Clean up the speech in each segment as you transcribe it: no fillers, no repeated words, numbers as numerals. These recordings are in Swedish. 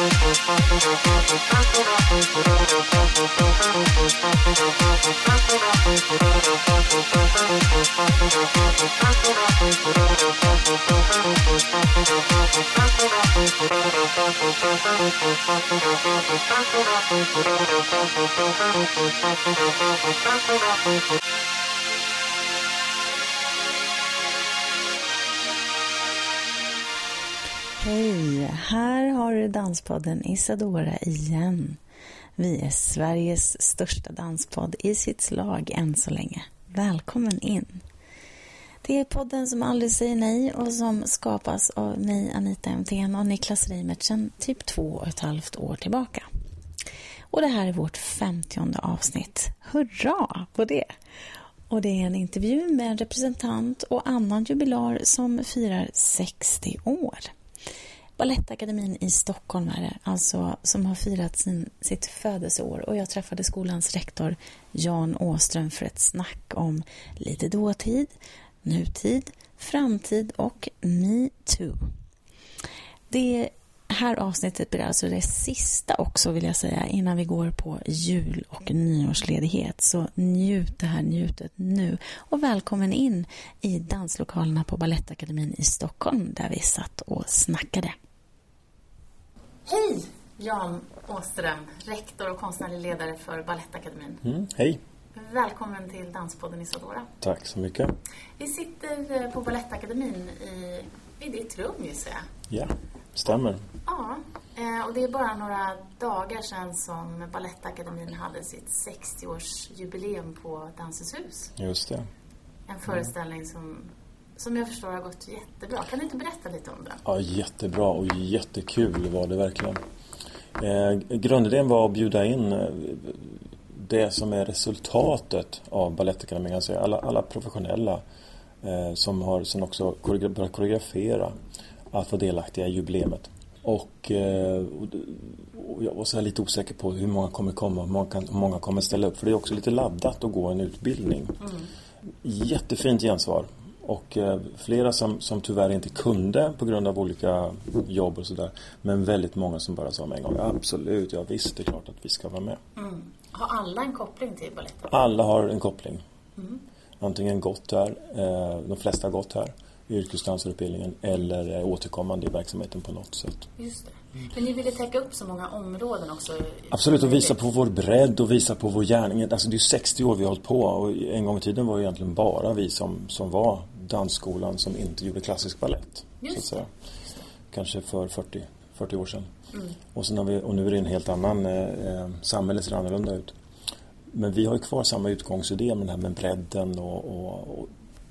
Hej, här har du Danspodden Isadora igen. Vi är Sveriges största danspodd i sitt slag än så länge. Välkommen in. Det är podden som aldrig säger nej och som skapas av mig, Anita Emthén och Niklas Reimert sedan typ 2,5 år tillbaka. Och det här är vårt 50:e avsnitt. Hurra på det! Och det är en intervju med en representant och annan jubilar som firar 60 år. Balettakademin i Stockholm är det, alltså som har firat sitt födelseår, och jag träffade skolans rektor Jan Åström för ett snack om lite dåtid, nutid, framtid och Me Too. Det här avsnittet blir alltså det sista också, vill jag säga, innan vi går på jul- och nyårsledighet. Så njut det här njutet nu och välkommen in i danslokalerna på Balettakademin i Stockholm där vi satt och snackade. Hej Jan Åström, rektor och konstnärlig ledare för Balettakademin. Hej. Välkommen till Danspodden Isadora. Tack så mycket. Vi sitter på Balettakademin i ditt rum, gissar jag. Ja, stämmer. Ja, och det är bara några dagar sedan som Balettakademin hade sitt 60-årsjubileum på Dansens hus. Just det. En föreställning som jag förstår har gått jättebra. Kan du inte berätta lite om den? Ja, jättebra och jättekul var det verkligen. Grundidén var att bjuda in det som är resultatet av Balettakademin. Alltså alla professionella som har sen också börjat koreografera att vara delaktiga i jubileumet. Och jag var så här lite osäker på hur många kommer komma och hur många kommer ställa upp. För det är också lite laddat att gå en utbildning. Jättefint gensvar. Och flera som tyvärr inte kunde på grund av olika jobb och sådär. Men väldigt många som bara sa med en gång: absolut, jag visste klart att vi ska vara med. Har alla en koppling till baletten? Alla har en koppling. Antingen gått här, de flesta har gått här, yrkesdansarutbildningen, eller återkommande i verksamheten på något sätt. Just det. Men ni ville täcka upp så många områden också. Absolut, och visa på vår bredd och visa på vår gärning. Alltså det är 60 år vi har hållit på, och en gång i tiden var det egentligen bara vi som var dansskolan som inte gjorde klassisk ballett. Så att säga. Kanske för 40 år sedan. Och nu är det en helt annan, samhället ser annorlunda ut. Men vi har ju kvar samma utgångsidé med det här med bredden och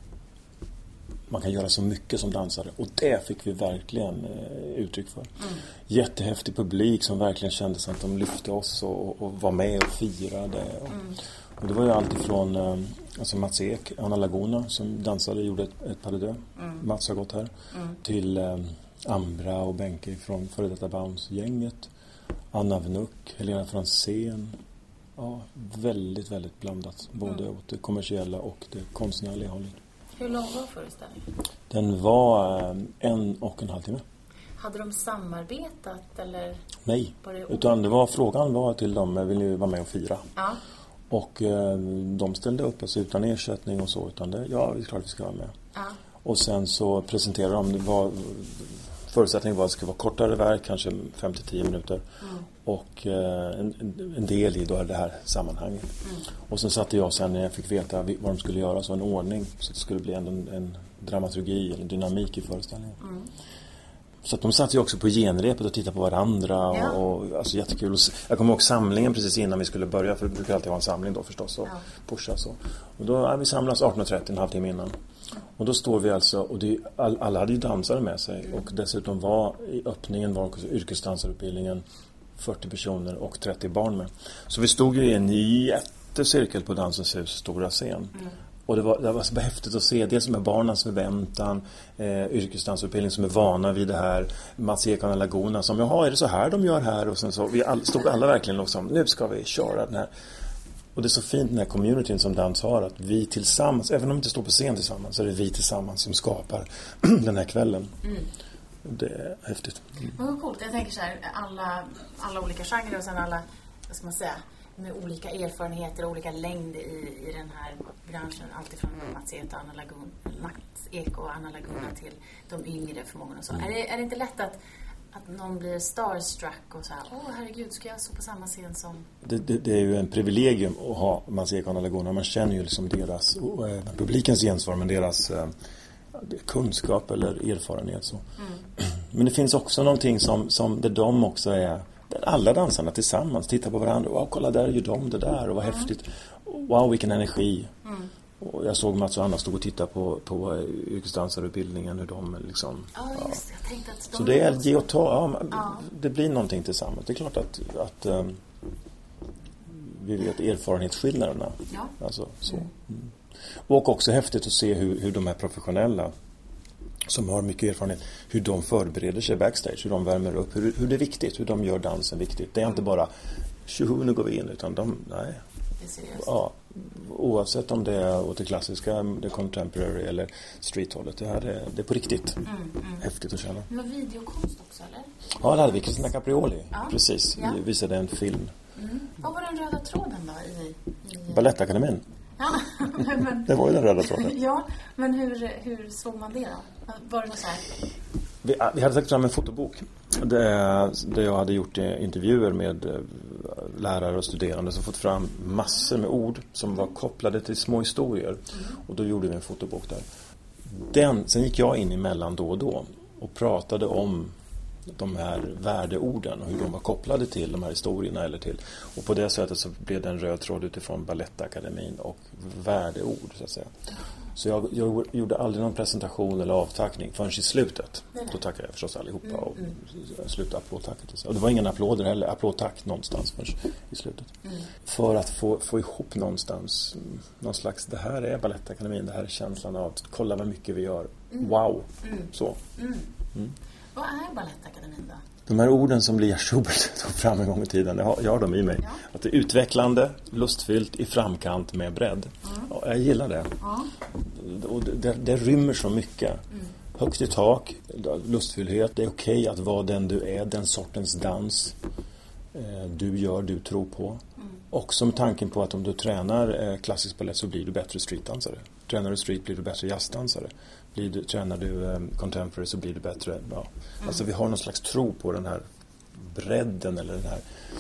man kan göra så mycket som dansare. Och det fick vi verkligen uttryck för. Jättehäftig publik som verkligen kände att de lyfte oss och var med och firade. Och det var ju allt ifrån alltså Mats Ek, Anna Laguna som dansade, gjorde ett pas de deux. Mats har gått här. Till Ambra och Benke från före detta Bounce-gänget. Anna Vnuk, Helena Fransén. Ja, väldigt, väldigt blandat. Både åt det kommersiella och det konstnärliga hållet. Hur lång var föreställningen? Den var 1,5 timme. Hade de samarbetat eller? Nej, utan frågan var till dem: vill ni vara med och fira? Ja. Och de ställde upp alltså utan ersättning och så, utan det, ja, det är klart vi ska vara med. Ja. Och sen så presenterade de förutsättningen var att det skulle vara kortare verk, kanske 5-10 minuter. Och en del i då det här sammanhanget. Och sen satte jag sen när jag fick veta vad de skulle göra, så en ordning, så att det skulle bli en dramaturgi eller dynamik i föreställningen. Så att de satt ju också på genrepet och tittade på varandra. Ja. Och alltså jättekul. Jag kommer ihåg samlingen precis innan vi skulle börja, för det brukar alltid vara en samling då förstås och pusha så. Och då vi samlas 18:30, en halvtimme innan. Och då står vi alltså, och alla hade ju dansare med sig, och dessutom var i öppningen var också yrkesdansarutbildningen 40 personer och 30 barn med. Så vi stod ju i en jättecirkel på Dansens hus stora scen. Och det var så häftigt att se det som är barnens förväntan, yrkesdansutbildning som är vana vid det här, Mats Ek och Laguna som, jaha, är det så här de gör här? Och sen så stod alla verkligen liksom, nu ska vi köra den här. Och det är så fint den här communityn som dans har, att vi tillsammans, även om vi inte står på scen tillsammans, så är det vi tillsammans som skapar den här kvällen. Det är häftigt. Men vad coolt, jag tänker så här, alla olika genrer och sen alla, vad ska man säga, med olika erfarenheter och olika längd i den här branschen. Alltifrån Mats Ek och Anna Laguna till de yngre förmågorna och så. Är det inte lätt att någon blir starstruck och så här, herregud, ska jag stå på samma scen som... Det är ju en privilegium att ha Mats Ek och Anna Laguna. Man känner ju liksom deras, och publikens gensvar, men deras kunskap eller erfarenhet. Så. Men det finns också någonting som där de också är, där alla dansarna tillsammans tittar på varandra. Wow, kolla där är ju de det där, och vad häftigt. Wow, vilken energi. Och jag såg Mats och Anna stod och tittade på yrkesdansarutbildningen, hur de liksom... Ja, just jag tänkte att de... Så det är ge och ta, det blir någonting tillsammans. Det är klart att vi vet erfarenhetsskillnaderna. Ja. Alltså, så. Och också häftigt att se hur de här professionella som har mycket erfarenhet, hur de förbereder sig backstage, hur de värmer upp, hur det är viktigt, hur de gör dansen viktigt. Det är inte bara 27 nu går vi in, utan nej. Det är seriöst. Ja, oavsett om det är åt det klassiska, det contemporary eller streethållet, det är på riktigt. Häftigt att känna. Det var videokonst också, eller? Ja, det hade vi. Kristina Caprioli. Ja. Precis, vi visade en film. Vad var den röda tråden då i... Balettakademin. Ja, men... Det var ju den röda tråden. Ja, men hur såg man det då? Var det något så här? Vi hade tagit fram en fotobok där jag hade gjort intervjuer med lärare och studerande som fått fram massor med ord som var kopplade till små historier. Och då gjorde vi en fotobok där. Sen gick jag in emellan då och då och pratade om de här värdeorden och hur de var kopplade till de här historierna och på det sättet så blev det en röd tråd utifrån Balettakademin och värdeord, så att säga. Så jag gjorde aldrig någon presentation eller avtackning förrän i slutet. Då tackade jag förstås allihopa och slutade applådtacket. Och det var ingen applåder heller, applådtack någonstans förrän i slutet. För att få ihop någonstans någon slags, det här är Balettakademin, det här är känslan av att kolla vad mycket vi gör. Wow! Så. Vad är Balettakademin då? De här orden som Lia Schubert tog fram en gång i tiden, jag har dem i mig. Ja. Att det är utvecklande, lustfyllt, i framkant med bredd. Ja, jag gillar det. Och det rymmer så mycket. Högt i tak, lustfyllhet, det är okej att vara den du är, den sortens dans du tror på. Också med tanken på att om du tränar klassisk balett så blir du bättre streetdansare. Tränar du street blir du bättre jazzdansare. Tränar du contemporary så blir du bättre. Ja. Alltså vi har någon slags tro på den här bredden eller den här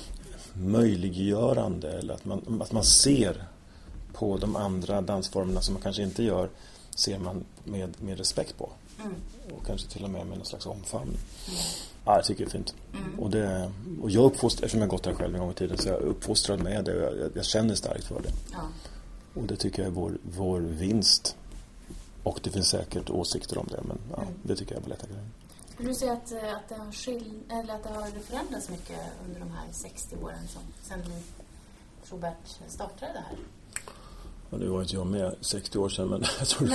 möjliggörande, eller att man ser på de andra dansformerna som man kanske inte gör, ser man med respekt på. Och kanske till och med någon slags omfamning. Ja, jag tycker det är fint. Och jag uppfostrar, eftersom jag gått här själv en gång i tiden, så jag är uppfostrad med det. Jag känner starkt för det. Ja. Och det tycker jag är vår vinst. Och det finns säkert åsikter om det, men det tycker jag är Balettakademin. Skulle du säga att det har förändrats mycket under de här 60 åren sen Schubert startade det här? Ja, det var inte jag med 60 år sedan, men jag tror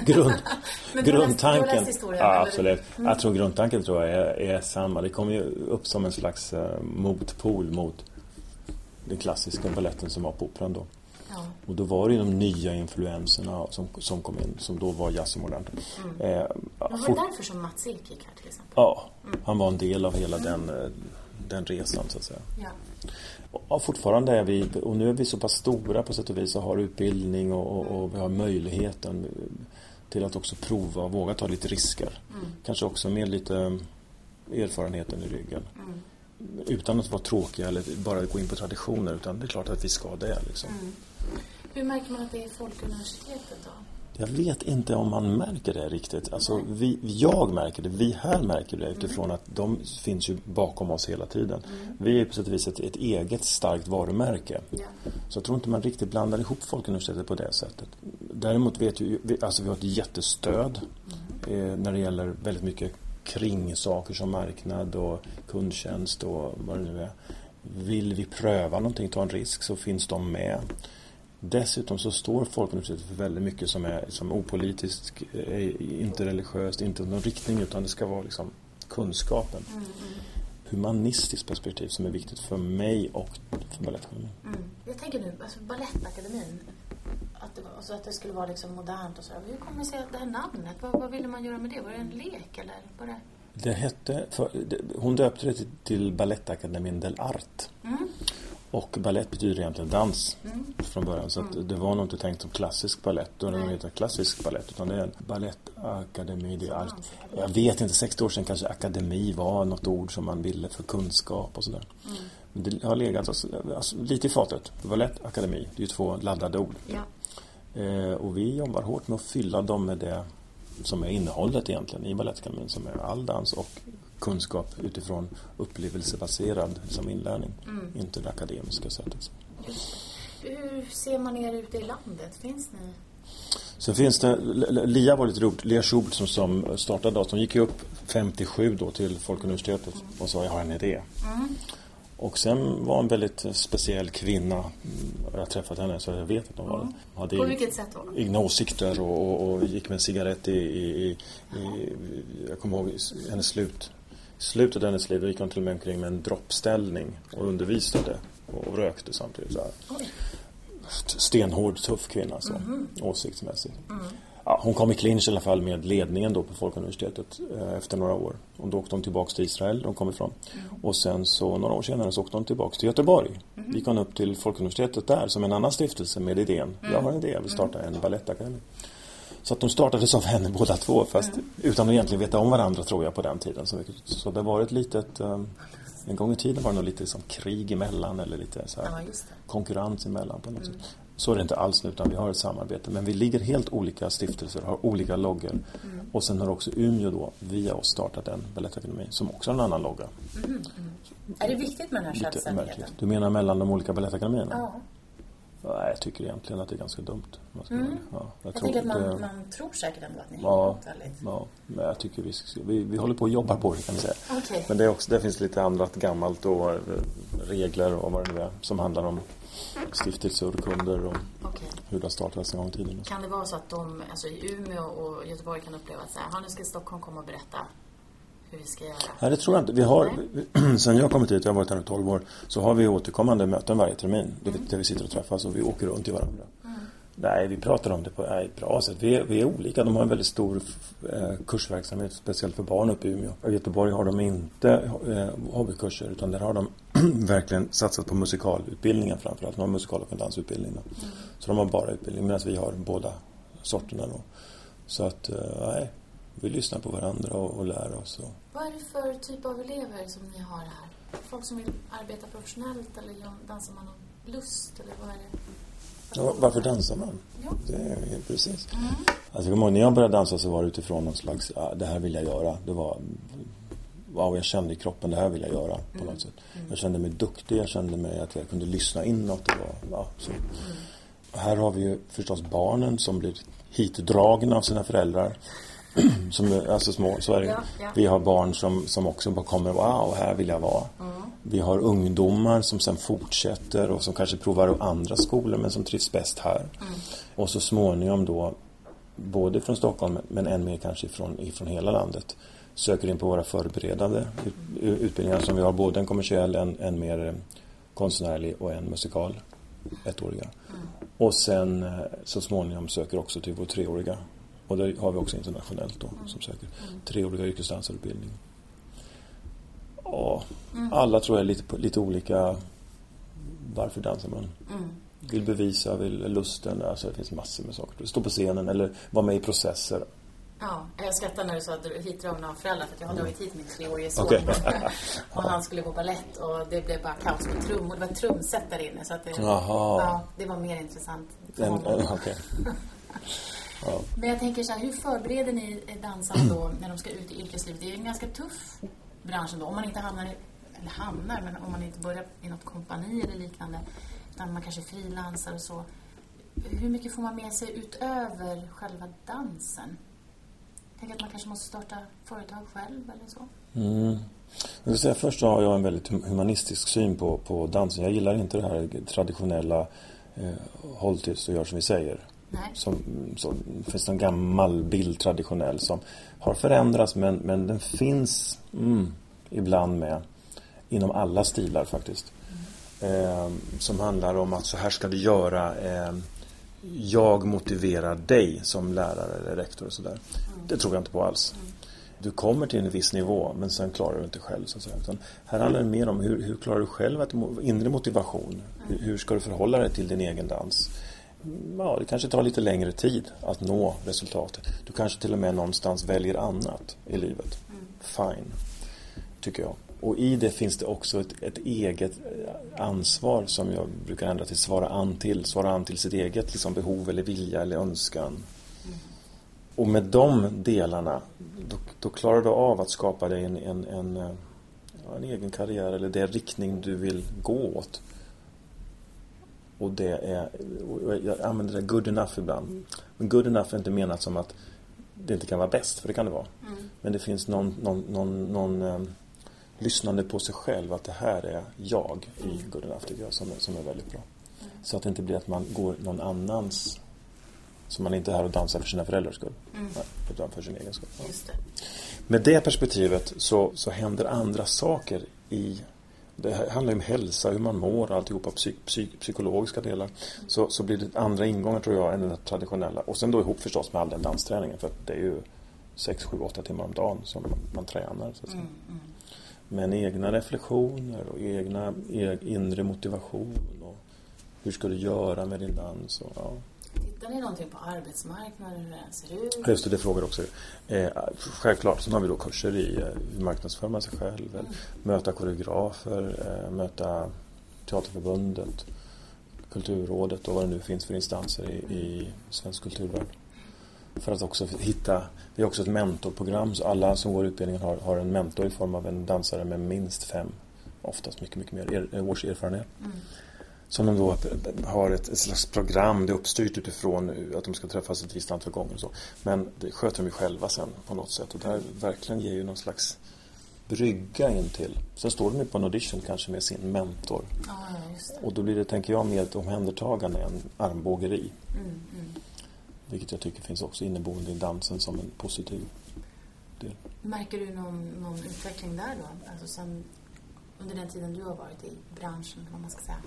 grundtanken... Ja, absolut. Jag tror grundtanken är samma. Det kommer ju upp som en slags motpol mot den klassiska balletten som var på Operan då. Ja. Och då var det ju de nya influenserna som kom in, som då var jazz och modernt. Var det därför som Mats Ek gick här till exempel? Ja, han var en del av hela den resan, så att säga. Ja. Och fortfarande är vi, och nu är vi så pass stora på sätt och vis och har utbildning och vi har möjligheten till att också prova och våga ta lite risker. Kanske också med lite erfarenheten i ryggen. Utan att vara tråkiga eller bara gå in på traditioner, utan det är klart att vi ska det liksom. Hur märker man att det är Folkuniversitetet då? Jag vet inte om man märker det riktigt. Alltså, jag märker det, vi här märker det utifrån att de finns ju bakom oss hela tiden. Vi är på sätt och vis ett eget starkt varumärke. Ja. Så jag tror inte man riktigt blandar ihop Folkuniversitetet på det sättet. Däremot vet vi har ett jättestöd när det gäller väldigt mycket kring saker som marknad och kundtjänst och vad det nu är. Vill vi pröva någonting, ta en risk, så finns de med. Dessutom så står Folkuniversitetet för väldigt mycket som är opolitiskt, inte religiöst, inte någon riktning, utan det ska vara liksom kunskapen. Humanistiskt perspektiv som är viktigt för mig och för Balettakademin. Jag tänker nu, alltså Balettakademin, att det skulle vara liksom modernt och så. Hur kommer det sig att det här namnet, vad ville man göra med det? Var det en lek eller var det? Hon döpte det till Balettakademin del Art. Och ballett betyder egentligen dans från början. Så att det var nog inte tänkt som klassisk ballett. Då är det inte klassisk ballett, utan det är en Balettakademi del Art. Jag vet inte, 60 år sedan kanske akademi var något ord som man ville för kunskap och sådär. Men det har legat alltså, lite i fatet. Balettakademi, det är ju 2 laddade ord. Ja. Och vi jobbar hårt med att fylla dem med det som är innehållet egentligen i Balettakademin, som är all dans och kunskap utifrån upplevelsebaserad som inlärning, inte det akademiska sättet. Hur ser man er ute i landet? Finns ni? Sen finns det, Lia var lite roligt, Lia Schubert som startade oss, de gick ju upp 57 då till Folkuniversitetet och sa jag har en idé. Och sen var en väldigt speciell kvinna, jag har träffat henne så jag vet att hon hade på vilket sätt då? Egna åsikter och gick med en cigarett jag kommer ihåg hennes slutet av hennes liv, gick hon till och med omkring med en droppställning och undervisade och rökte samtidigt. Så här. Stenhård, tuff kvinna så, åsiktsmässigt. Ja, hon kom i clinch i alla fall med ledningen då på Folkuniversitetet efter några år. Och då åkte hon tillbaka till Israel, de kom ifrån. Och sen så några år senare så åkte hon tillbaka till Göteborg. Gick hon upp till Folkuniversitetet där som en annan stiftelse med idén. Jag har en idé, jag vill starta en balettakademi. Så att de startades av henne båda två, fast utan att egentligen veta om varandra tror jag på den tiden. Så det var ett litet... En gång i tiden var det nog lite som krig emellan eller lite så här konkurrens emellan på något sätt. Så är det inte alls nu, utan vi har ett samarbete. Men vi ligger helt olika stiftelser, har olika loggor. Och sen har också Umeå då via oss startat en balettakademi som också har en annan logga. Är det viktigt med den här självständigheten? Du menar mellan de olika balettakademierna? Ja. Nej, jag tycker egentligen att det är ganska dumt. Jag tänker att man tror säkert ändå att ni har väldigt... Ja, men jag tycker vi håller på att jobba på det kan man säga. Okay. Men det finns lite annat gammalt och regler och vad det nu är som handlar om stiftelser och kunder och hur det startades en gång i tiden. Kan det vara så att de alltså i Umeå och Göteborg kan uppleva att så här, nu ska Stockholm komma och berätta hur vi ska göra? Nej, det tror jag inte. Vi har, sen jag kommit hit, jag har varit här i 12 år, så har vi återkommande möten varje termin där vi sitter och träffas och vi åker runt i varandra. Nej, vi pratar om det på ett bra sätt. Vi är olika. De har en väldigt stor kursverksamhet, speciellt för barn uppe i Umeå. I Göteborg har de inte hobbykurser, utan där har de verkligen satsat på musikalutbildningen framförallt. De har musikal- och dansutbildning. Så de har bara utbildning, medan vi har båda sorterna då. Så att, nej, vi lyssnar på varandra och lär oss. Vad är det för typ av elever som ni har här? Folk som vill arbeta professionellt eller dansar man av lust? Eller vad är det? Ja, varför dansar man? Ja. Det är precis. Alltså, när jag började dansa så var det utifrån någon slags, det här vill jag göra. Det var, jag kände i kroppen, det här vill jag göra på något sätt. Jag kände mig duktig, jag kände mig att jag kunde lyssna inåt. Så. Här har vi ju förstås barnen som blir hitdragna av sina föräldrar. Som är alltså små, så är det. Ja. Vi har barn som också bara kommer, wow, här vill jag vara. Vi har ungdomar som sen fortsätter och som kanske provar andra skolor men som trivs bäst här. Och så småningom då, både från Stockholm men än mer kanske ifrån hela landet, söker in på våra förberedande utbildningar som vi har, både en kommersiell, en mer konstnärlig och en musikal, 1-åriga. Och sen så småningom söker också till vår 3-åriga. Och där har vi också internationellt då, som söker 3-åriga yrkesdansarutbildning. Och alla tror jag är lite olika. Varför dansar man? Vill bevisa, vill lusten. Alltså det finns massor med saker. Stå på scenen eller vara med i processer. Ja, jag skrattar när du sa att du hittar av föräldrar, för att jag har dragit hit min 3-årige son. Och han skulle gå ballett och det blev bara kaos med trum. Och det var trumset där inne. Så att det var mer intressant. Ja. Men jag tänker så här, hur förbereder ni dansarna då när de ska ut i yrkeslivet? Det är en ganska tuff bransch då, om man inte men om man inte börjar i något kompani eller liknande, utan man kanske frilansar och så. Hur mycket får man med sig utöver själva dansen? Tänk att man kanske måste starta företag själv eller så. Jag vill säga, först så har jag en väldigt humanistisk syn på dansen. Jag gillar inte det här traditionella håll tills du gör som vi säger. Så finns det en gammal bild traditionell som har förändrats men den finns ibland med inom alla stilar faktiskt. Som handlar om att så här ska du göra, jag motiverar dig som lärare eller rektor och sådär. Det tror jag inte på alls. du kommer till en viss nivå men sen klarar du inte själv så att säga. Utan här handlar det mer om hur klarar du själv att inre motivation. Hur ska du förhålla dig till din egen dans? Ja, det kanske tar lite längre tid att nå resultatet. Du kanske till och med någonstans väljer annat i livet. Fine, tycker jag. Och i det finns det också ett eget ansvar som jag brukar ändra till svara an till sitt eget liksom, behov eller vilja eller önskan. Och med de delarna då klarar du av att skapa dig en egen karriär eller den riktning du vill gå åt. Och det är, och jag använder det good enough ibland. Men good enough är inte menat som att det inte kan vara bäst, för det kan det vara. Men det finns någon lyssnande på sig själv, att det här är jag i good enough, tycker jag, som är väldigt bra. Så att det inte blir att man går någon annans, som man inte är här och dansar för sina föräldrars skull, utan för sin egen skull. Ja. Just det. Med det perspektivet så händer andra saker i. Det handlar om hälsa, hur man mår, alltihopa, psykologiska delar. Så blir det andra ingångar, tror jag, än den traditionella. Och sen då ihop förstås med all den dansträningen. För att det är ju 6, 7, 8 timmar om dagen som man tränar. Så att säga. Men egna reflektioner och egna inre motivation. Och hur ska du göra med din dans? Och, ja. Tittar ni någonting på arbetsmarknaden, hur den ser ut? Just det frågar också. Självklart så har vi då kurser i hur marknadsför man sig själv, möta koreografer, möta Teaterförbundet, Kulturrådet och vad det nu finns för instanser i svensk kulturvärld. För att också hitta, det är också ett mentorprogram, så alla som går utbildningen har en mentor i form av en dansare med minst 5, oftast mycket mer års erfarenhet. Som de då har ett slags program, det är uppstyrt utifrån att de ska träffas ett visst antal gånger och så. Men det sköter de ju själva sen på något sätt. Och det här verkligen ger ju någon slags brygga in till. Sen står de ju på en audition kanske med sin mentor. Ja, just det. Och då blir det, tänker jag, mer ett omhändertagande än armbågeri. Vilket jag tycker finns också inneboende i dansen som en positiv del. Märker du någon utveckling där då? Alltså sen, under den tiden du har varit i branschen, vad man ska säga.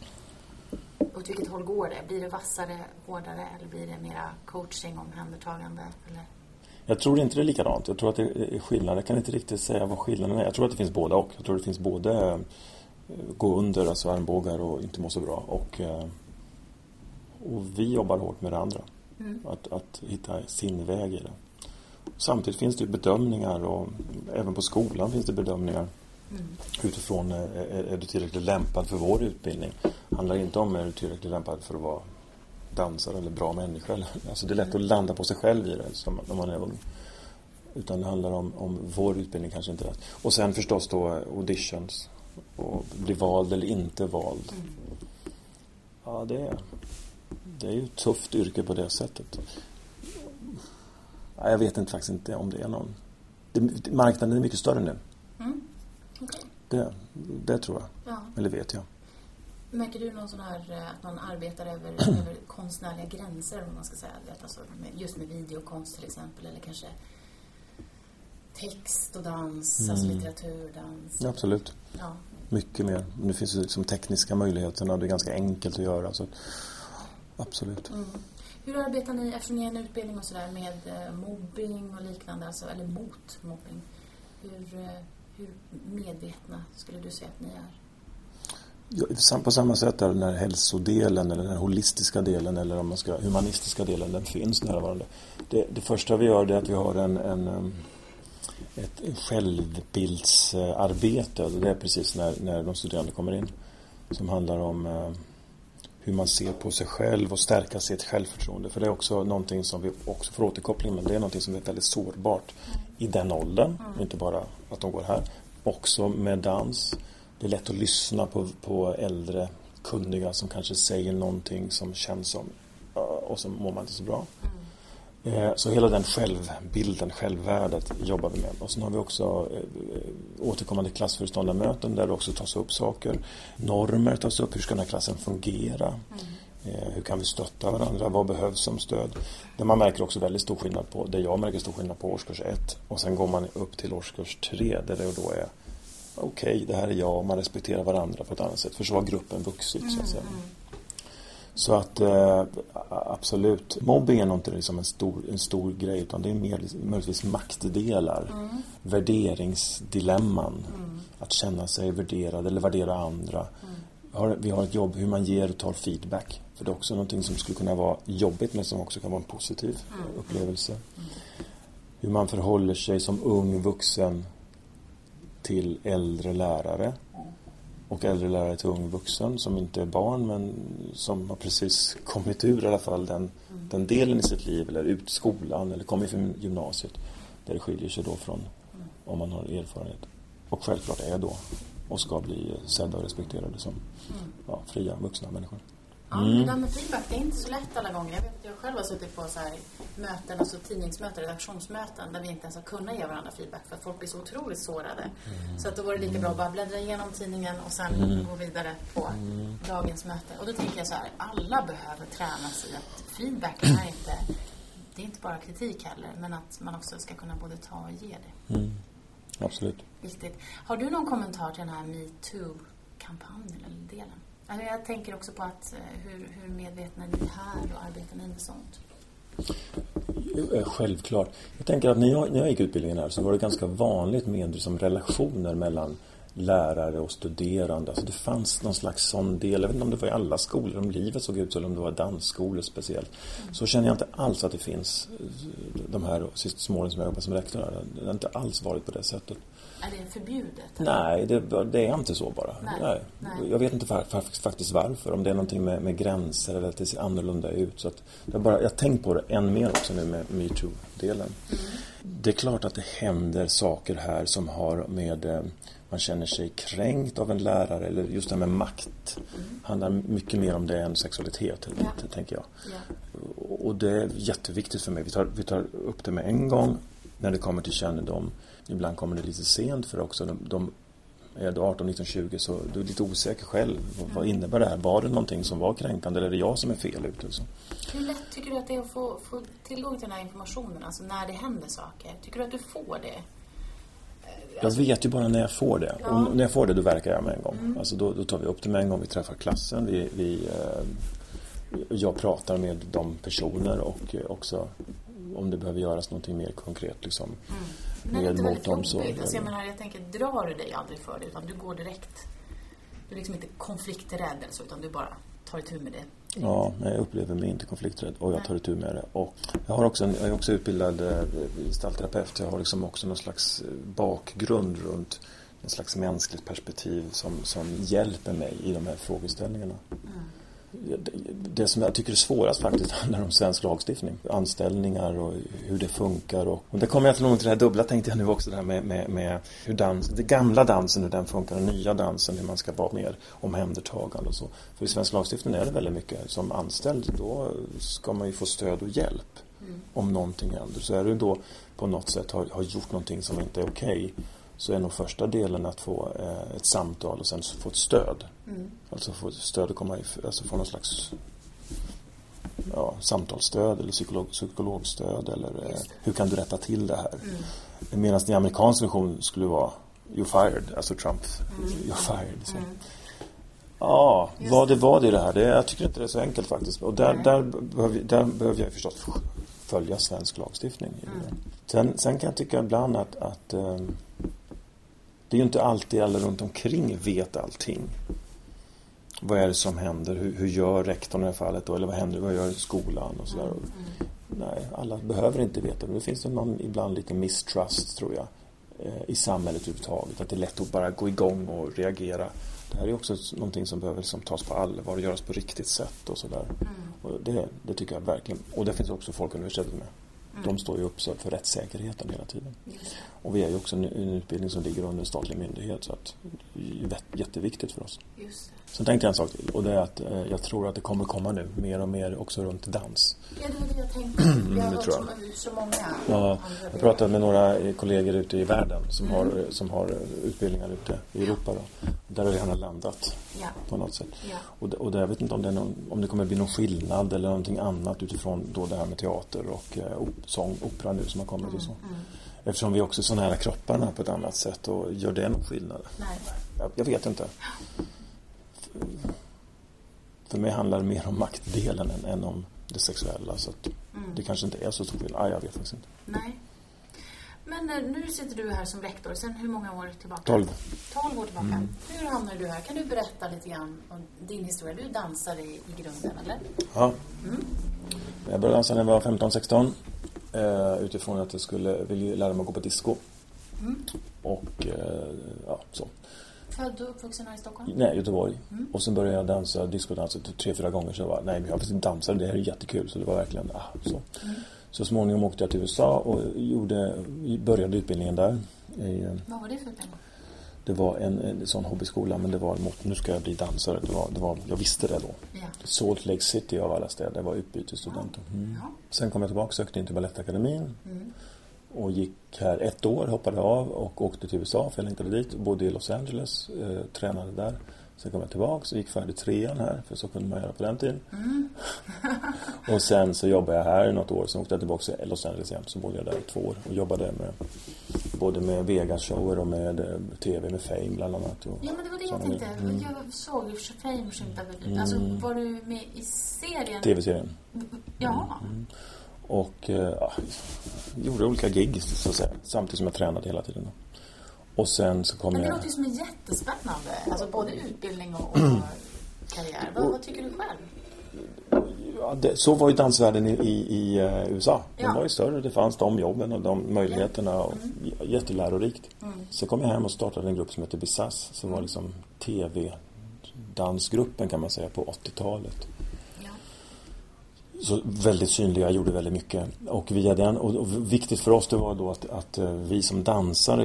Åt vilket håll går det? Blir det vassare, hårdare, eller blir det mera coaching, omhändertagande? Eller? Jag tror inte det är likadant. Jag tror att det är skillnad. Jag kan inte riktigt säga vad skillnaden är. Jag tror att det finns båda och. Jag tror att det finns både gå under, alltså armbågar och inte må så bra. Och vi jobbar hårt med det andra. Att hitta sin väg i det. Samtidigt finns det bedömningar, och även på skolan finns det bedömningar. Utifrån, är du tillräckligt lämpad för vår utbildning? Handlar inte om är du tillräckligt lämpad för att vara dansare eller bra människa. Alltså det är lätt att landa på sig själv i det när man är ung. Utan det handlar om vår utbildning kanske inte rätt. Och sen förstås då auditions. Och bli vald eller inte vald. Ja, det är ju ett tufft yrke på det sättet. Ja, jag vet faktiskt inte om det är någon. Marknaden är mycket större nu. Okay. Det tror jag. Ja. Eller vet jag. Märker du någon sån här att någon arbetar över konstnärliga gränser, om man ska säga, alltså just med videokonst till exempel, eller kanske text och dans, alltså litteratur, dans? Ja, absolut. Ja. Mycket mer. Nu finns det liksom tekniska möjligheterna och det är ganska enkelt att göra, så absolut. Hur arbetar ni, eftersom ni är en utbildning och sådär, med mobbing och liknande, alltså, eller mot mobbing? Hur medvetna skulle du säga att ni är? Ja, på samma sätt är den här hälsodelen eller den här holistiska delen, eller om man ska humanistiska delen, den finns närvarande. Det första vi gör är att vi har ett självbildsarbete. Det är precis när de studerande kommer in, som handlar om hur man ser på sig själv och stärka sitt självförtroende. För det är också någonting som vi också får återkoppling, men det är någonting som är väldigt sårbart i den åldern. Inte bara att de går här. Också med dans. Det är lätt att lyssna på äldre kunniga som kanske säger någonting som känns som, och så mår man inte så bra. Så hela den självbilden, självvärdet jobbar vi med. Och sen har vi också återkommande klassföreståndarmöten där det också tas upp saker. Normer tas upp, hur ska den här klassen fungera? Hur kan vi stötta varandra? Vad behövs som stöd? Där man märker också väldigt stor skillnad på, där jag märker stor skillnad på årskurs 1. Och sen går man upp till årskurs 3 där det då är okej, det här är jag, och man respekterar varandra på ett annat sätt. För så har gruppen vuxit, så att säga. Så att absolut, mobbing är inte liksom en stor grej, utan det är mer möjligtvis maktdelar, värderingsdilemman, att känna sig värderad eller värdera andra. Vi har ett jobb hur man ger och tar feedback, för det är också någonting som skulle kunna vara jobbigt men som också kan vara en positiv upplevelse. Hur man förhåller sig som ung vuxen till äldre lärare. Och äldre lärare till ung vuxen som inte är barn men som har precis kommit ur i alla fall den delen i sitt liv, eller ut skolan eller kommit från gymnasiet, där det skiljer sig då från om man har erfarenhet. Och självklart är då och ska bli sedda och respekterade som fria vuxna människor. Ja, det där med feedback, det är inte så lätt alla gånger. Jag vet att jag själv har suttit på så här möten, alltså tidningsmöten, redaktionsmöten, där vi inte ens har kunnat ge varandra feedback för att folk blir så otroligt sårade. Så att då var det lika bra att bara bläddra igenom tidningen och sen gå vidare på dagens möte. Och då tänker jag så här, alla behöver tränas i att feedback det är inte bara kritik heller, men att man också ska kunna både ta och ge det. Absolut. Viktigt. Har du någon kommentar till den här MeToo-kampanjen eller delen? Alltså jag tänker också på att hur medvetna ni är här och arbetar ni med sånt? Självklart. Jag tänker att när jag gick utbildningen här så var det ganska vanligt med som relationer mellan lärare och studerande. Alltså det fanns någon slags sån del, jag vet inte om det var i alla skolor, om livet såg ut så, eller om det var dansskolor speciellt. Så känner jag inte alls att det finns de här sista åren som jag jobbar som rektor här. Det har inte alls varit på det sättet. Är det förbjudet? Nej, det är inte så bara. Nej. Jag vet inte faktiskt varför. Om det är någonting med gränser eller att det ser annorlunda ut. Så att jag har tänkt på det än mer också nu med MeToo-delen. Det är klart att det händer saker här som har med... Man känner sig kränkt av en lärare, eller just det här med makt. Handlar mycket mer om det än sexualitet, tänker jag. Och det är jätteviktigt för mig. Vi tar upp det med en gång när det kommer till kännedom. Ibland kommer det lite sent, för också de är 18, 19, 20, så du är lite osäker själv. Vad innebär det här? Var det någonting som var kränkande, eller är det jag som är fel ute? Så. Hur lätt tycker du att det är att få tillgång till den här informationen? Alltså när det händer saker. Tycker du att du får det? Jag vet ju bara när jag får det. Ja. Och när jag får det, då verkar jag med en gång. Alltså då tar vi upp det med en gång. Vi träffar klassen. Jag pratar med de personer och också om det behöver göras någonting mer konkret liksom, med mot dem. Så, alltså, jag tänker, drar du dig aldrig för det, utan du går direkt. Du är liksom inte konflikträdd eller så, utan du bara tar itu med det. Ja, men jag upplever mig inte konflikträdd och jag tar itu med det. Och jag är också utbildad gestaltterapeut. Jag har liksom också någon slags bakgrund runt en slags mänskligt perspektiv som hjälper mig i de här frågeställningarna. Det som jag tycker är svårast faktiskt handlar om svensk lagstiftning. Anställningar och hur det funkar. Och det kommer jag till det här dubbla, tänkte jag nu också, det här med hur det gamla dansen, hur den funkar, den nya dansen, hur man ska vara mer omhändertagande och så. För i svensk lagstiftning är det väldigt mycket. Som anställd, då ska man ju få stöd och hjälp om någonting händer. Så är du då på något sätt har gjort någonting som inte är okej, så är nog första delen att få ett samtal och sen få ett stöd. Alltså få stöd och alltså få någon slags samtalsstöd eller psykologstöd eller hur kan du rätta till det här. Medan den amerikanska version skulle vara you're fired, alltså Trump you're fired. Så. Ja, vad är det här? Jag tycker inte det är så enkelt faktiskt. Och där behöver jag förstås följa svensk lagstiftning. Sen kan jag tycka ibland att det är ju inte alltid alla runt omkring vet allting. Vad är det som händer? Hur gör rektorn i det här fallet då? Eller vad gör skolan? Och sådär. Nej, alla behöver inte veta. Men det finns ibland lite mistrust, tror jag, i samhället överhuvudtaget. Att det är lätt att bara gå igång och reagera. Det här är också någonting som behöver liksom tas på allvar och göras på riktigt sätt och sådär. Och det tycker jag verkligen. Och det finns också Folkuniversitetet med. De står ju upp för rättssäkerheten hela tiden. Och vi är ju också en utbildning som ligger under en statlig myndighet, så att det är jätteviktigt för oss. Just det. Sen tänkte jag en sak till, och det är att jag tror att det kommer komma nu mer och mer också runt dans. Ja, det var det jag tänkte. Vi har hört så många. Ja, jag pratade med några kollegor ute i världen som har utbildningar ute i Europa då. Där har det gärna landat på något sätt. Ja. Och där, jag vet inte om det kommer bli någon skillnad eller någonting annat utifrån då det här med teater och sång, opera nu som har kommit och så. Eftersom vi också är så nära kropparna på ett annat sätt, och gör det någon skillnad? Nej. Jag vet inte. för mig handlar det mer om maktdelen än om det sexuella. Så att det kanske inte är så stor skillnad. Jag vet faktiskt inte. Nej. Men nu sitter du här som rektor. Sen hur många år tillbaka? 12. 12 år tillbaka. Hur hamnade du här? Kan du berätta lite grann om din historia? Du dansar i grunden, eller? Ja. Jag började dansa när jag var 15-16. Utifrån att jag ville lära mig att gå på disco. Och så. Född och uppvuxen här i Stockholm? Nej, Göteborg. Och sen började jag dansa discodansa 3-4 gånger. Så jag var, nej men jag vill dansa, det här är jättekul. Så det var verkligen, så. Så småningom åkte jag till USA och började utbildningen där. Vad var det för utbildning? Det var en sån hobbyskola, men det var nu ska jag bli dansare. Jag visste det då. Ja. Salt Lake City av alla städer, var utbytesstudent. Ja. Sen kom jag tillbaka, sökte in till Balettakademin. Och gick här 1 år, hoppade av och åkte till USA för jag längtade dit. Bodde i Los Angeles, tränade där. Sen kom jag tillbaka och gick färdigt 3:an här, för så kunde man göra på den tiden. Och sen så jobbade jag här något år, sen åkte jag tillbaka till Los Angeles igen. Så bodde jag där 2 år och jobbade både med Vegas-shower och med tv, med Fame bland annat. Ja, men det var det jag tänkte. Jag såg ju Fame skymtade ut. Alltså, var du med i serien? TV-serien. Ja. Och gjorde olika gig så att säga, samtidigt som jag tränade hela tiden. Och sen så kom men det jag... låter ju som är jättespännande. Alltså både utbildning och karriär. Vad tycker du själv? Ja, så var ju dansvärlden i USA. Den var ju större. Det fanns de jobben och de möjligheterna. Och jättelärorikt. Så kom jag hem och startade en grupp som heter Bisas. Som var liksom tv-dansgruppen kan man säga på 80-talet. Så väldigt synliga, gjorde väldigt mycket. Och via den, och viktigt för oss det var då att vi som dansare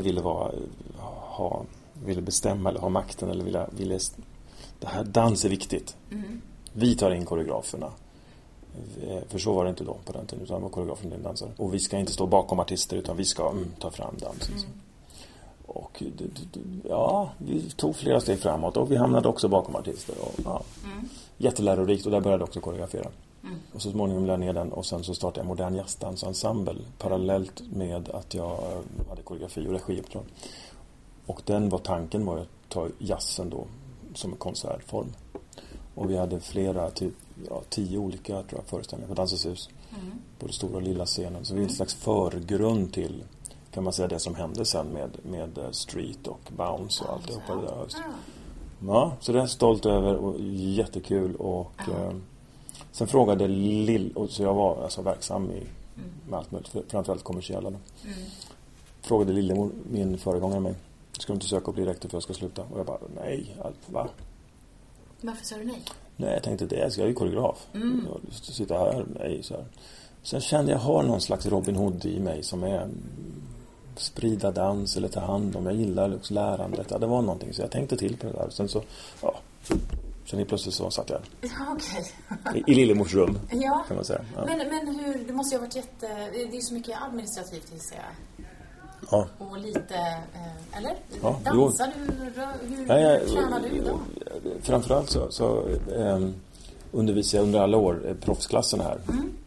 ville bestämma eller ha makten eller ville det här dans är viktigt. Vi tar in koreograferna. För så var det inte då på den tiden, utan var koreografen en dansare. Och vi ska inte stå bakom artister utan vi ska ta fram dansen. Och vi tog flera steg framåt och vi hamnade också bakom artister. Och, jättelärorikt och där började jag också koreografera. Och så småningom lade ner den och sen så startade jag modern jazzdansensemble parallellt med att jag hade koreografi och regiuppdrag. Och tanken var att ta jazzen då som en konsertform. Och vi hade flera, 10 olika föreställningar på Dansens hus. Både stora och lilla scenen. Så vi är en slags förgrund till, kan man säga, det som hände sen med street och bounce och allt det där. Ja, så det är jag stolt över och jättekul och... Sen frågade så jag var alltså verksam med allt möjligt, framförallt kommersiella. Frågade Lillemor, min föregångare, mig. Ska du inte söka och bli rektor för jag ska sluta? Och jag bara, nej, va? Varför sa du nej? Nej, jag tänkte jag är ju koreograf. Jag sitta här, nej, så här. Sen kände jag har någon slags Robin Hood i mig som är sprida dans eller ta hand om. Jag gillar också lärandet. Ja, det var någonting, så jag tänkte till på det där. Sen så, sen plötsligt så satt jag i Lillemors rum, kan man säga. Ja. Men hur, det måste ju ha varit det är så mycket administrativt, vill säga. Ja. Och lite, eller? Ja, dansar du? Hur tränar du då? Framförallt så undervisar jag under alla år proffsklassen här.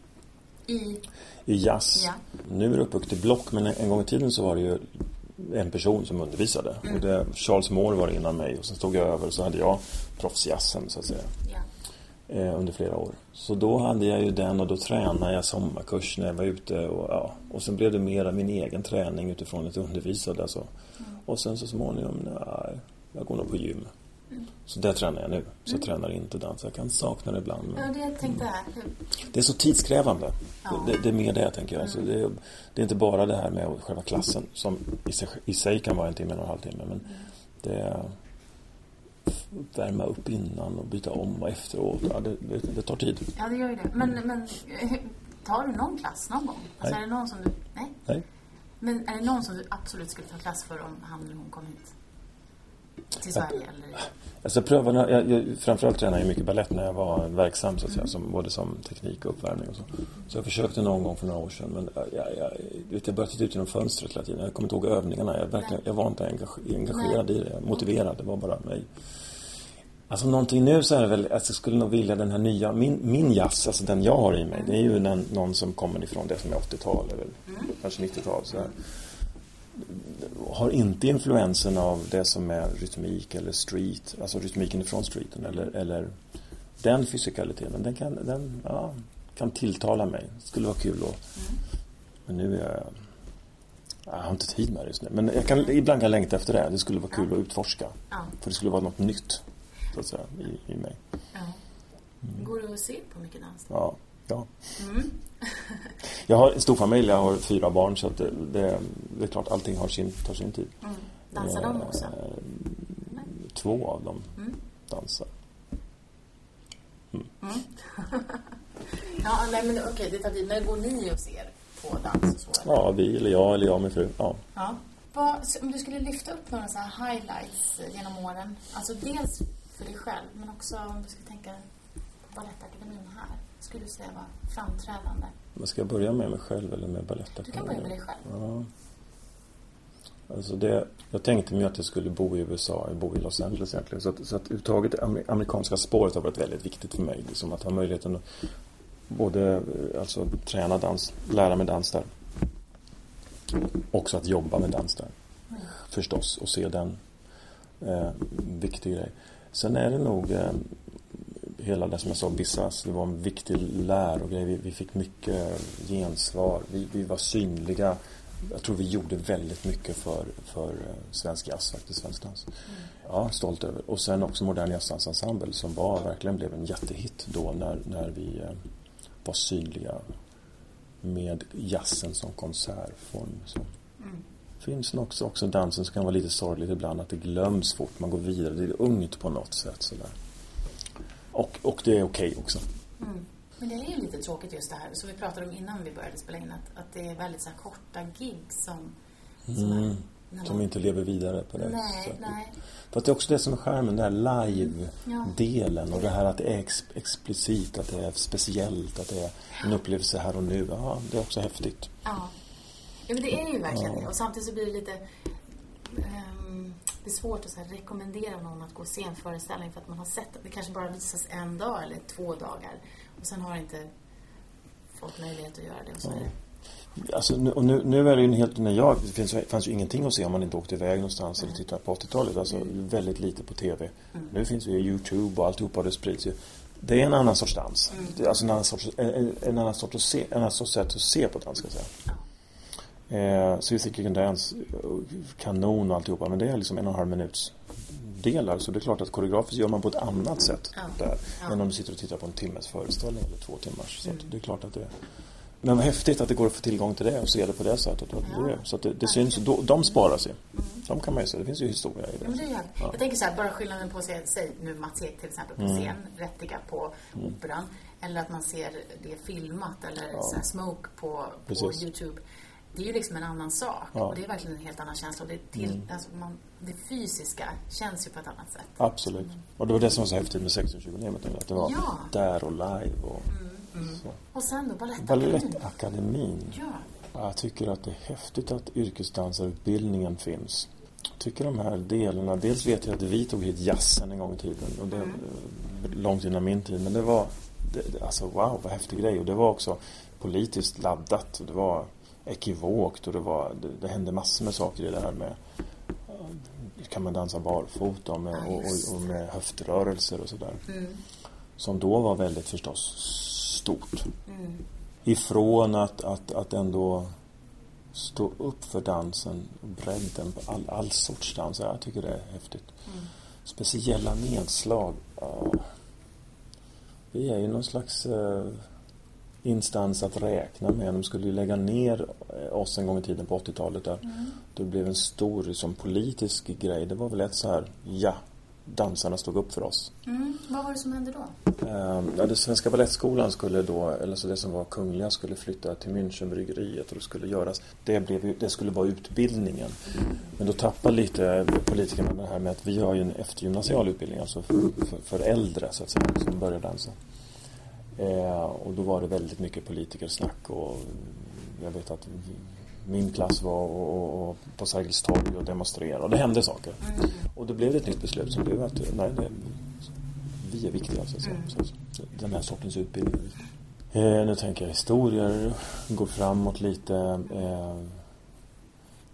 I jazz. Ja. Nu är det uppbyggt i block, men en gång i tiden så var det ju en person som undervisade. Och Charles Moore var innan mig och sen stod jag över och så hade jag proffsjazzen så att säga. Under flera år. Så då hade jag ju den och då tränade jag sommarkurs när jag var ute och sen blev det mer min egen träning utifrån att jag undervisade alltså. Och sen så småningom jag går nog på gym. Så där tränar jag nu. Så jag tränar inte dans. Jag kan sakna det ibland. Men... Ja, det jag tänkte här. Det är så tidskrävande. Det är mer det jag tänker. Alltså, det är inte bara det här med själva klassen som i sig kan vara 1 timme och en halv timme. Men det är värma upp innan och byta om och efteråt. Ja, det tar tid. Ja, det gör ju det. Men tar du någon klass någon gång? Alltså, är det någon som du... Nej. Men är det någon som du absolut skulle ta klass för om han eller hon kom hit? Till Sverige eller? Alltså jag framförallt tränade jag mycket ballett när jag var verksam så att säga, både som teknik och uppvärmning och så. Så jag försökte någon gång för några år sedan, men jag började titta ut genom fönstret hela tiden. Jag kommer inte ihåg övningarna. Jag var inte engagerad i det. Motiverad, det var bara mig. Alltså någonting nu så är det väl att jag skulle nog vilja den här nya min jazz, alltså den jag har i mig. Det är ju någon som kommer ifrån det som är 80-tal eller kanske 90-tal så här. Har inte influensen av det som är rytmik eller street, alltså rytmiken ifrån streeten eller den fysikaliteten, den kan tilltala mig. Det skulle vara kul men nu är jag har inte tid med det just nu. Men ibland kan jag längta efter det. Det skulle vara kul att utforska. För det skulle vara något nytt så att säga, i mig. Går du att se på mycket dans? Ja. Jag har en stor familj, jag har 4 barn, så att det är klart allting tar sin tid. Dansar de också? 2 av dem dansar. Men okej, det tar tid. När går ni och ser på dans och så? Eller? Ja, vi eller jag och min fru. Ja. Om du skulle lyfta upp några så här highlights genom åren, alltså dels för dig själv, men också om du ska tänka på Balettakademin här, skulle du säga var framträdande? Men ska jag börja med mig själv eller med Balettakademin? Du kan börja med dig själv. Ja. Alltså jag tänkte mig att jag skulle bo i USA, bo i Los Angeles egentligen. Så att uttaget amerikanska spåret har varit väldigt viktigt för mig. Liksom att ha möjligheten att både träna dans, lära mig dans där. Också att jobba med dans där. Förstås, och se den viktig grej. Sen är det nog hela det som jag sa, Bissas, det var en viktig lärogrej. Vi fick mycket gensvar. Vi var synliga. Jag tror vi gjorde väldigt mycket för svensk jazz, faktiskt, svensk dans. Ja, stolt över. Och sen också Modern Jazzdansensemble som verkligen blev en jättehit då när vi var synliga med jazzen som konsertform. Så. Finns det också dansen som kan vara lite sorgligt ibland, att det glöms fort, man går vidare, det är ungt på något sätt sådär. Och det är okej också. Men det är ju lite tråkigt just det här, så vi pratade om innan vi började spela in att det är väldigt så här korta gigs som inte lever vidare på det sättet. Nej. För att det är också det som är skärmen, den här live-delen och det här att det är explicit, att det är speciellt, att det är en upplevelse här och nu. Ja, det är också häftigt. Ja, men det är ju verkligen det. Och samtidigt så blir det lite det är svårt att så här rekommendera någon att gå och se en föreställning för att man har sett att det kanske bara visas en dag eller 2 dagar och sen har inte fått möjlighet att göra det och så är det. Alltså, nu är det ju en helt... Det fanns ju ingenting att se om man inte åkte iväg någonstans eller tittade på 80-talet. Alltså väldigt lite på tv. Nu finns det ju YouTube och alltihopa, det sprids ju. Det är en annan sorts dans. Det är alltså en annan sorts sätt att se på dans, ska jag säga. Så City Can Dance, kanon och alltihopa, men det är liksom 1,5 minuts delar, så det är klart att koreografiskt gör man på ett annat sätt där än om du sitter och tittar på en timmes föreställning eller 2 timmars. Så det är klart att det... Men vad häftigt att det går att få tillgång till det och se det på det sättet. Så att det syns, de sparar sig. De kan man ju se, det finns ju historia i det. Men det jag tänker så här, bara skillnaden på att se nu Mats Ek till exempel på scen, Rättiga på Operan, eller att man ser det filmat eller så här Smoke på YouTube. Det är ju liksom en annan sak. Och det är verkligen en helt annan känsla. Och det fysiska känns ju på ett annat sätt. Absolut. Och det var det som var så häftigt med 16-20-jubileet. Att det var där och live. Och sen då Balettakademin. Jag tycker att det är häftigt att yrkesdansarutbildningen finns. Jag tycker de här delarna. Dels vet jag att vi tog hit jazzen en gång i tiden. Och det långt innan min tid. Men det var... alltså wow, vad häftig grej. Och det var också politiskt laddat. Och det var... ekivokt och det hände massor med saker i det här med kan man dansa barfota och med höftrörelser och sådär som då var väldigt förstås stort ifrån att ändå stå upp för dansen och bredden på all sorts dans. Jag tycker det är häftigt. Speciella nedslag. Vi är ju någon slags instans att räkna med. De skulle ju lägga ner oss en gång i tiden på 80-talet där. Det blev en stor som politisk grej. Det var väl ett så här, dansarna stod upp för oss. Vad var det som hände då? Det Svenska Balettskolan skulle då, eller så det som var kungliga, skulle flytta till Münchenbryggeriet och det skulle göras. Det skulle vara utbildningen. Men då tappade lite politikerna det här med att vi har ju en eftergymnasial utbildning, alltså för äldre så att säga, som börjar dansa. Och då var det väldigt mycket politikersnack och jag vet att min klass var och på Sergels torg och demonstrerade och det hände saker. Och då blev det ett nytt beslut som blev att vi är viktiga så den här sortens utbildning. Nu tänker jag historier går framåt lite.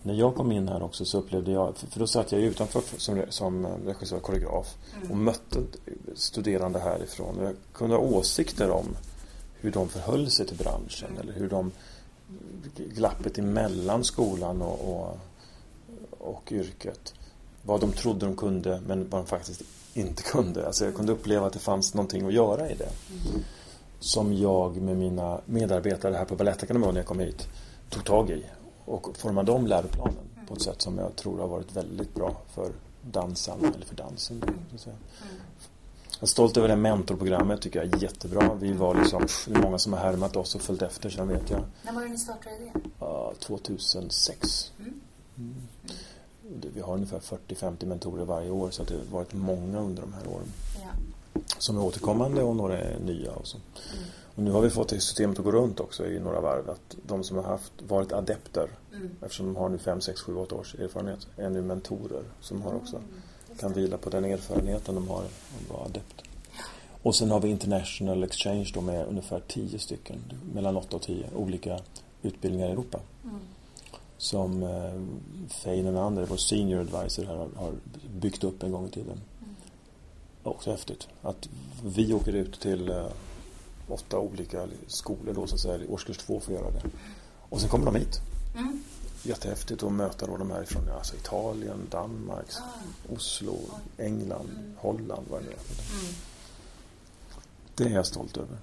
när jag kom in här också så upplevde jag, för då satt jag utanför som regissör och koreograf och mötte studerande härifrån. Jag kunde ha åsikter om hur de förhöll sig till branschen eller hur de glappet emellan skolan och yrket. Vad de trodde de kunde men vad de faktiskt inte kunde. Alltså jag kunde uppleva att det fanns någonting att göra i det. Som jag med mina medarbetare här på Balettakademin när jag kom hit tog tag i och formade om läroplanen på ett sätt som jag tror har varit väldigt bra för dansarna eller för dansen. Jag är stolt över det mentorprogrammet, tycker jag är jättebra. Vi var liksom, det är många som har härmat oss och följt efter, sen vet jag. När var det ni startade det? 2006. Vi har ungefär 40-50 mentorer varje år, så att det har varit många under de här åren. Ja. Som är återkommande och några är nya och så. Och nu har vi fått det systemet att gå runt också i några varv, att de som har varit adepter, eftersom de har nu 5, 6, 7, 8 års erfarenhet, är nu mentorer som har också kan vila på den erfarenheten de har att vara adept. Och sen har vi International Exchange då med ungefär 10 stycken, mellan 8 och 10 olika utbildningar i Europa. Som Fein och andra, vår senior advisor här, har byggt upp en gång i tiden. Också häftigt att vi åker ut till 8 olika skolor då, så att säga, i årskurs 2 för att göra det. Och sen kommer de hit. Jättehäftigt att möta då de här från alltså Italien, Danmark, Oslo, England, Holland, vad det är. Det är jag stolt över.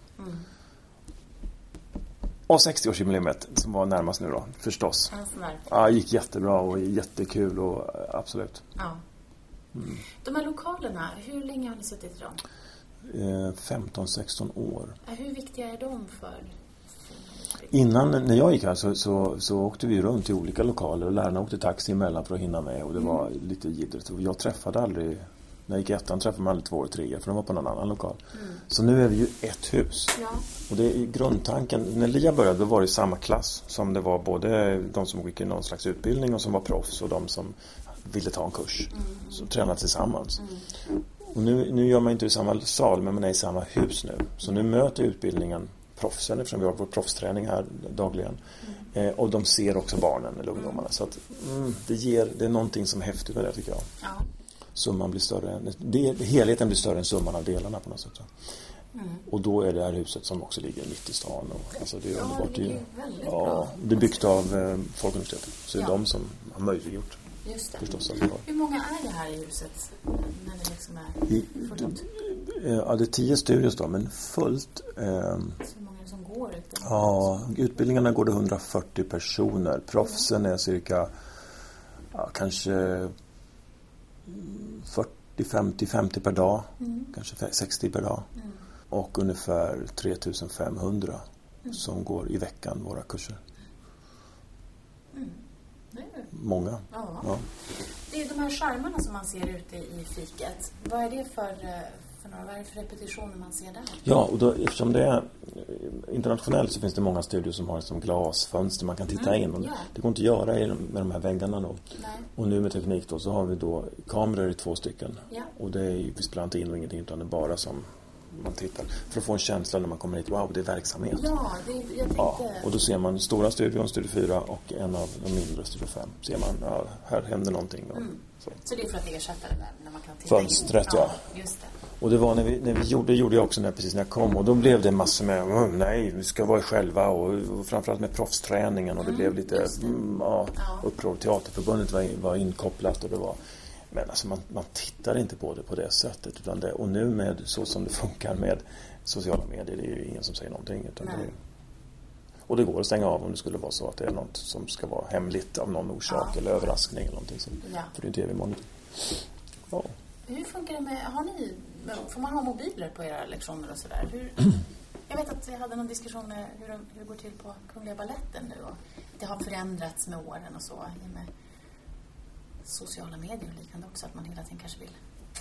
Och 60-årsjubileet som var närmast nu då, förstås. Ja, gick jättebra och jättekul och absolut. Ja. De här lokalerna, hur länge har ni suttit i dem? 15-16 år. Hur viktiga är de för? Innan, när jag gick här så åkte vi runt i olika lokaler och lärarna åkte taxi emellan för att hinna med och det var lite jiddrigt. Och jag träffade aldrig, när jag gick i ettan träffade man aldrig 2 och 3 för de var på någon annan lokal. Så nu är vi ju ett hus. Ja. Och det är grundtanken, när Lia började då var det samma klass som det var både de som gick i någon slags utbildning och som var proffs och de som ville ta en kurs. Så tränade tillsammans. Och nu gör man inte i samma sal men man är i samma hus nu. Så nu möter utbildningen proffsen eftersom vi har vår proffsträning här dagligen. Och de ser också barnen eller ungdomarna. Så att det är någonting som är häftigt med det, tycker jag. Ja. Summan blir större. Helheten blir större än summan av delarna på något sätt. Och då är det här huset som också ligger mitt i stan. Och, alltså det är underbart. Det är väldigt bra. Det är byggt av Folkuniversitetet. Så det är de som har möjliggjort. Just det. Förstås, hur många är det här i huset? När det liksom är fullt? Ja, det är 10 studios då, men fullt. Så många är det som går ut? Ja, utbildningarna går det 140 personer. Proffsen är cirka kanske 40-50 per dag. Kanske 60 per dag. Och ungefär 3500 som går i veckan våra kurser. Många. Ja. Det är de här skärmarna som man ser ute i fiket. Vad är det för repetitioner man ser där? Ja, och då, eftersom det är internationellt så finns det många studior som har som glasfönster man kan titta in. Och det går inte att göra med de här väggarna då. Nej. Och nu med teknik då så har vi då kameror i 2 stycken. Ja. Och det är ju, vi spelar inte in och ingenting utan det är bara som man tittar. För att få en känsla när man kommer hit, wow, det är verksamhet. Ja, jag tänkte... och då ser man stora studion, studio 4 och en av de mindre, studio 5. Ser man, här händer någonting. Och, så det är för att ersätta det där när man kan titta fönstret, in. Ja, just det. Och det var när vi gjorde jag också precis när jag kom. Och då blev det massor med, nej, vi ska vara själva. Och framförallt med proffsträningen. Och det blev lite uppror. Teaterförbundet var inkopplat och det var... Men alltså man tittar inte på det på det sättet. Utan och nu med så som det funkar med sociala medier, det är ju ingen som säger någonting. Utan och det går att stänga av om det skulle vara så att det är något som ska vara hemligt av någon orsak eller överraskning eller någonting. Så, för det är en tv-monitor. Ja. Hur funkar det med, får man ha mobiler på era lektioner och sådär? Jag vet att jag hade någon diskussion med hur det går till på Kungliga Baletten nu och det har förändrats med åren och så med sociala medier och liknande också, att man hela tiden kanske vill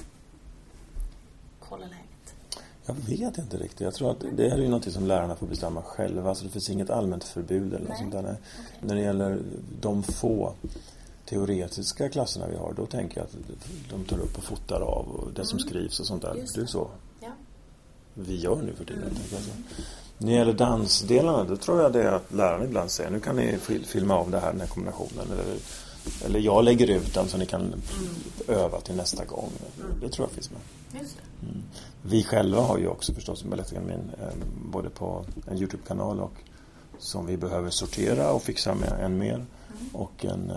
kolla läget. Jag vet inte riktigt. Jag tror att det är ju något som lärarna får bestämma själva, så det finns inget allmänt förbud eller något sånt där. Okay. När det gäller de få teoretiska klasserna vi har, då tänker jag att de tar upp och fotar av och det som skrivs och sånt där. Det är så vi gör nu för tiden. När det gäller dansdelarna, då tror jag det är att lärarna ibland säger, nu kan ni filma av det här, den här kombinationen. Eller Eller jag lägger ut den så ni kan öva till nästa gång. Det tror jag finns med. Just det. Vi själva har ju också förstås Balettakademin både på en YouTube-kanal och som vi behöver sortera och fixa med än mer. Och en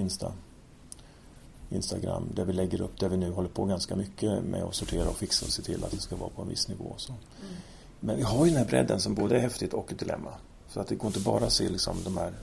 Instagram där vi lägger upp, där vi nu håller på ganska mycket med att sortera och fixa och se till att det ska vara på en viss nivå. Så. Men vi har ju den här bredden som både är häftigt och ett dilemma. Så att det går inte bara att se liksom de här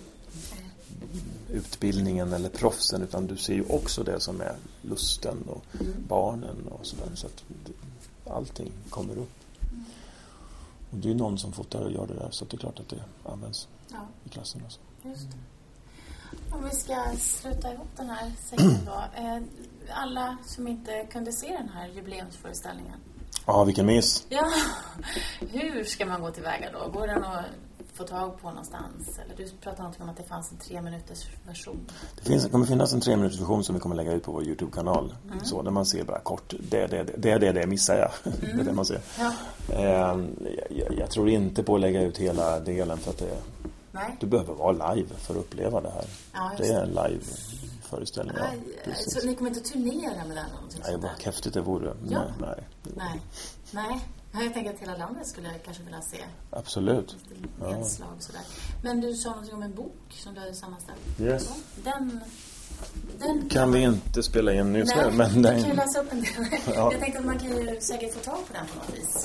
utbildningen eller proffsen, utan du ser ju också det som är lusten och barnen och sådär. Så att allting kommer upp. Och det är ju någon som fotar och gör det där, så det är klart att det används i klassen också. Just det. Om vi ska sluta ihop den här säcken då. Alla som inte kunde se den här jubileumsföreställningen. Ja, vilken miss. Ja, hur ska man gå tillväga då? Går den att få tag på någonstans? Eller du pratade någonting om att det fanns en 3-minuters version. Det kommer finnas en 3-minuters version som vi kommer lägga ut på vår YouTube-kanal. Så när man ser bara kort, det missar jag. Det är det man ser. Ja. Jag tror inte på att lägga ut hela delen för att du behöver vara live för att uppleva det här. Ja, det är en live-föreställning. Ja, så ni kommer inte att turnera med den? Nej, vad häftigt det vore. Ja. Nej. Jag tänker att hela landet skulle kanske vilja se. Absolut. Nedslag sådär. Men du sa något om en bok som du hade sammanställt. Yes. Den kan vi inte spela in just nu. Men du kan ju läsa upp en del. Jag tänkte att man kan ju säkert få tag på den på något vis.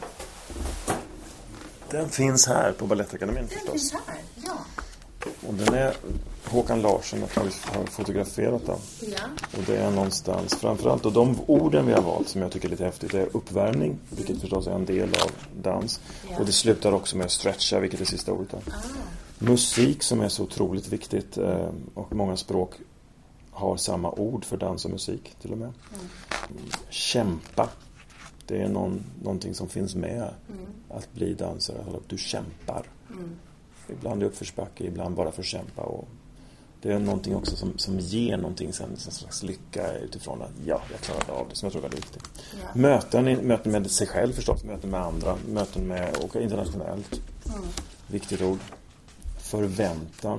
Den finns här på Balettakademin förstås. Den finns här, ja. Och den är Håkan Larsson har fotograferat den. Ja. Och det är någonstans framförallt. Och de orden vi har valt som jag tycker är lite häftigt är uppvärmning, vilket förstås är en del av dans. Ja. Och det slutar också med att stretcha, vilket är sista ordet. Musik som är så otroligt viktigt. Och många språk har samma ord för dans och musik till och med. Kämpa. Det är någonting som finns med att bli dansare. Du kämpar. Ibland är uppförsbacke, ibland bara för att kämpa. Och det är någonting också som ger någonting sen, en slags lycka utifrån att jag klarade av det, som jag tror är väldigt viktigt. Ja. Möten med sig själv förstås, möten med andra, möten med och internationellt. Viktigt ord. Förväntan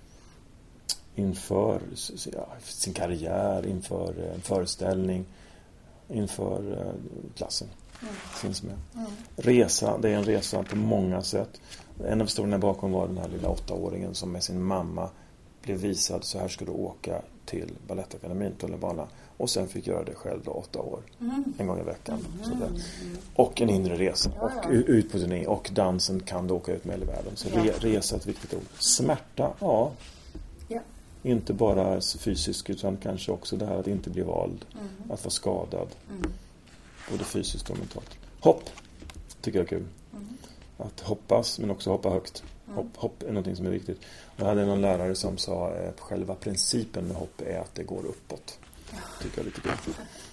inför sin karriär, inför en föreställning, inför klassen. Finns med. Resa, det är en resa på många sätt. En av historierna bakom var den här lilla 8-åringen som med sin mamma blev visad, så här ska du åka till Balettakademin, tunnelbana, och sen fick göra det själv då 8 år. En gång i veckan. Och en inre resa. Och ut på turné. Och dansen kan du åka ut med i världen. Så resa är ett viktigt ord. Smärta, inte bara fysiskt utan kanske också det här att inte bli vald. Att vara skadad. Både fysiskt och mentalt. Hopp tycker jag är kul. Att hoppas, men också hoppa högt. Hopp är någonting som är viktigt. Jag hade någon lärare som sa att själva principen med hopp är att det går uppåt. Tycker jag är lite kul.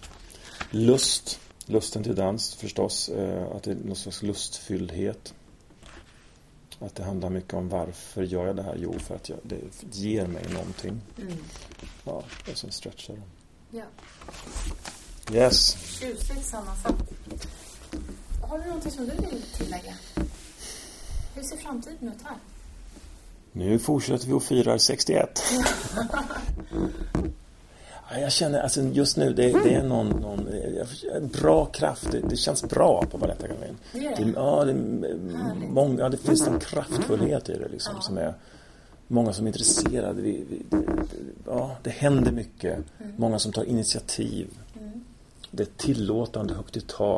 Lusten till dans förstås. Att det är någon slags lustfylldhet. Att det handlar mycket om varför gör jag det här? Jo, för att det ger mig någonting. Ja, och sen stretchar de. Ja. Yes. Tjusigt sammansatt. Har du någonting som du vill tillägga? Hur ser framtiden ut här? Nu fortsätter vi och firar 61. Jag känner, alltså just nu, det är någon bra kraft. Det känns bra på Balettakademin. Det finns en kraftfullhet i det liksom, som är många som är intresserade. Det händer mycket. Många som tar initiativ. Det är tillåtande högt i tak.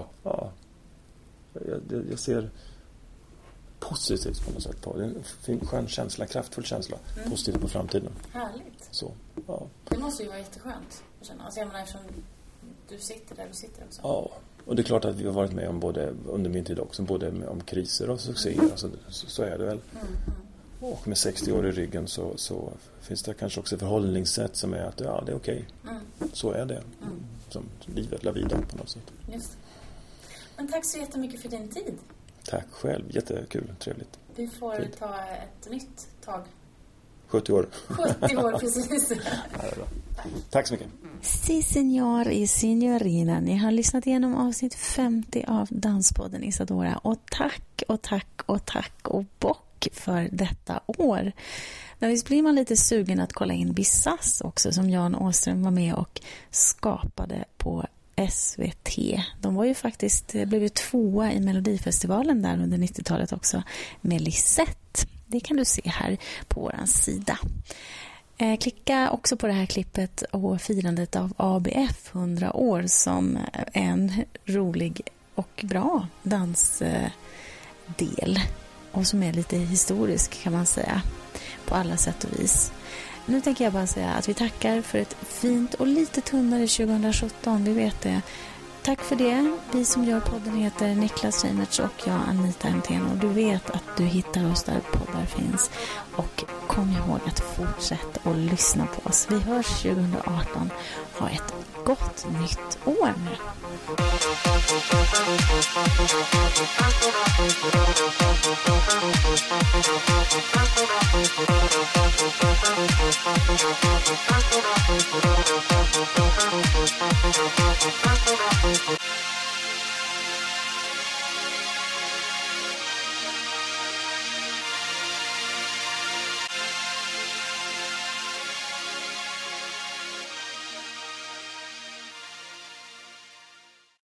Jag ser positivt på något sätt på. Det är en skön känsla, kraftfull känsla. Positivt på framtiden. Härligt. Så, Det måste ju vara jätteskönt att känna. Alltså jag menar, eftersom du sitter där du sitter också. Ja, och det är klart att vi har varit med om både under min tid också, både om kriser och succéer. Alltså, så är det väl. Och med 60 år i ryggen så finns det kanske också ett förhållningssätt som är att det är okej. Så är det. Som livet la vida på något sätt. Just. Men tack så jättemycket för din tid. Tack själv, jättekul, trevligt. Vi får ta ett nytt tag. 70 år. 70 år, precis. Ja, det är bra. Tack så mycket. Si signor y signorina, ni har lyssnat igenom avsnitt 50 av Danspodden Isadora. Och tack och tack och tack och bock för detta år. Men visst blir man lite sugen att kolla in Bisas också, som Jan Åström var med och skapade på SVT. De var ju faktiskt, blev ju 2:a i Melodifestivalen där under 90-talet också med Lisette. Det kan du se här på vår sida. Klicka också på det här klippet och firandet av ABF 100 år som en rolig och bra dansdel och som är lite historisk kan man säga på alla sätt och vis. Nu tänker jag bara säga att vi tackar för ett fint och lite tunnare 2017, vi vet det. Tack för det. Vi som gör podden heter Niklas Reimertz och jag Anita Emthén, och du vet att du hittar oss där poddar finns. Och kom ihåg att fortsätta och lyssna på oss. Vi hörs 2018. Ha ett gott nytt år nu.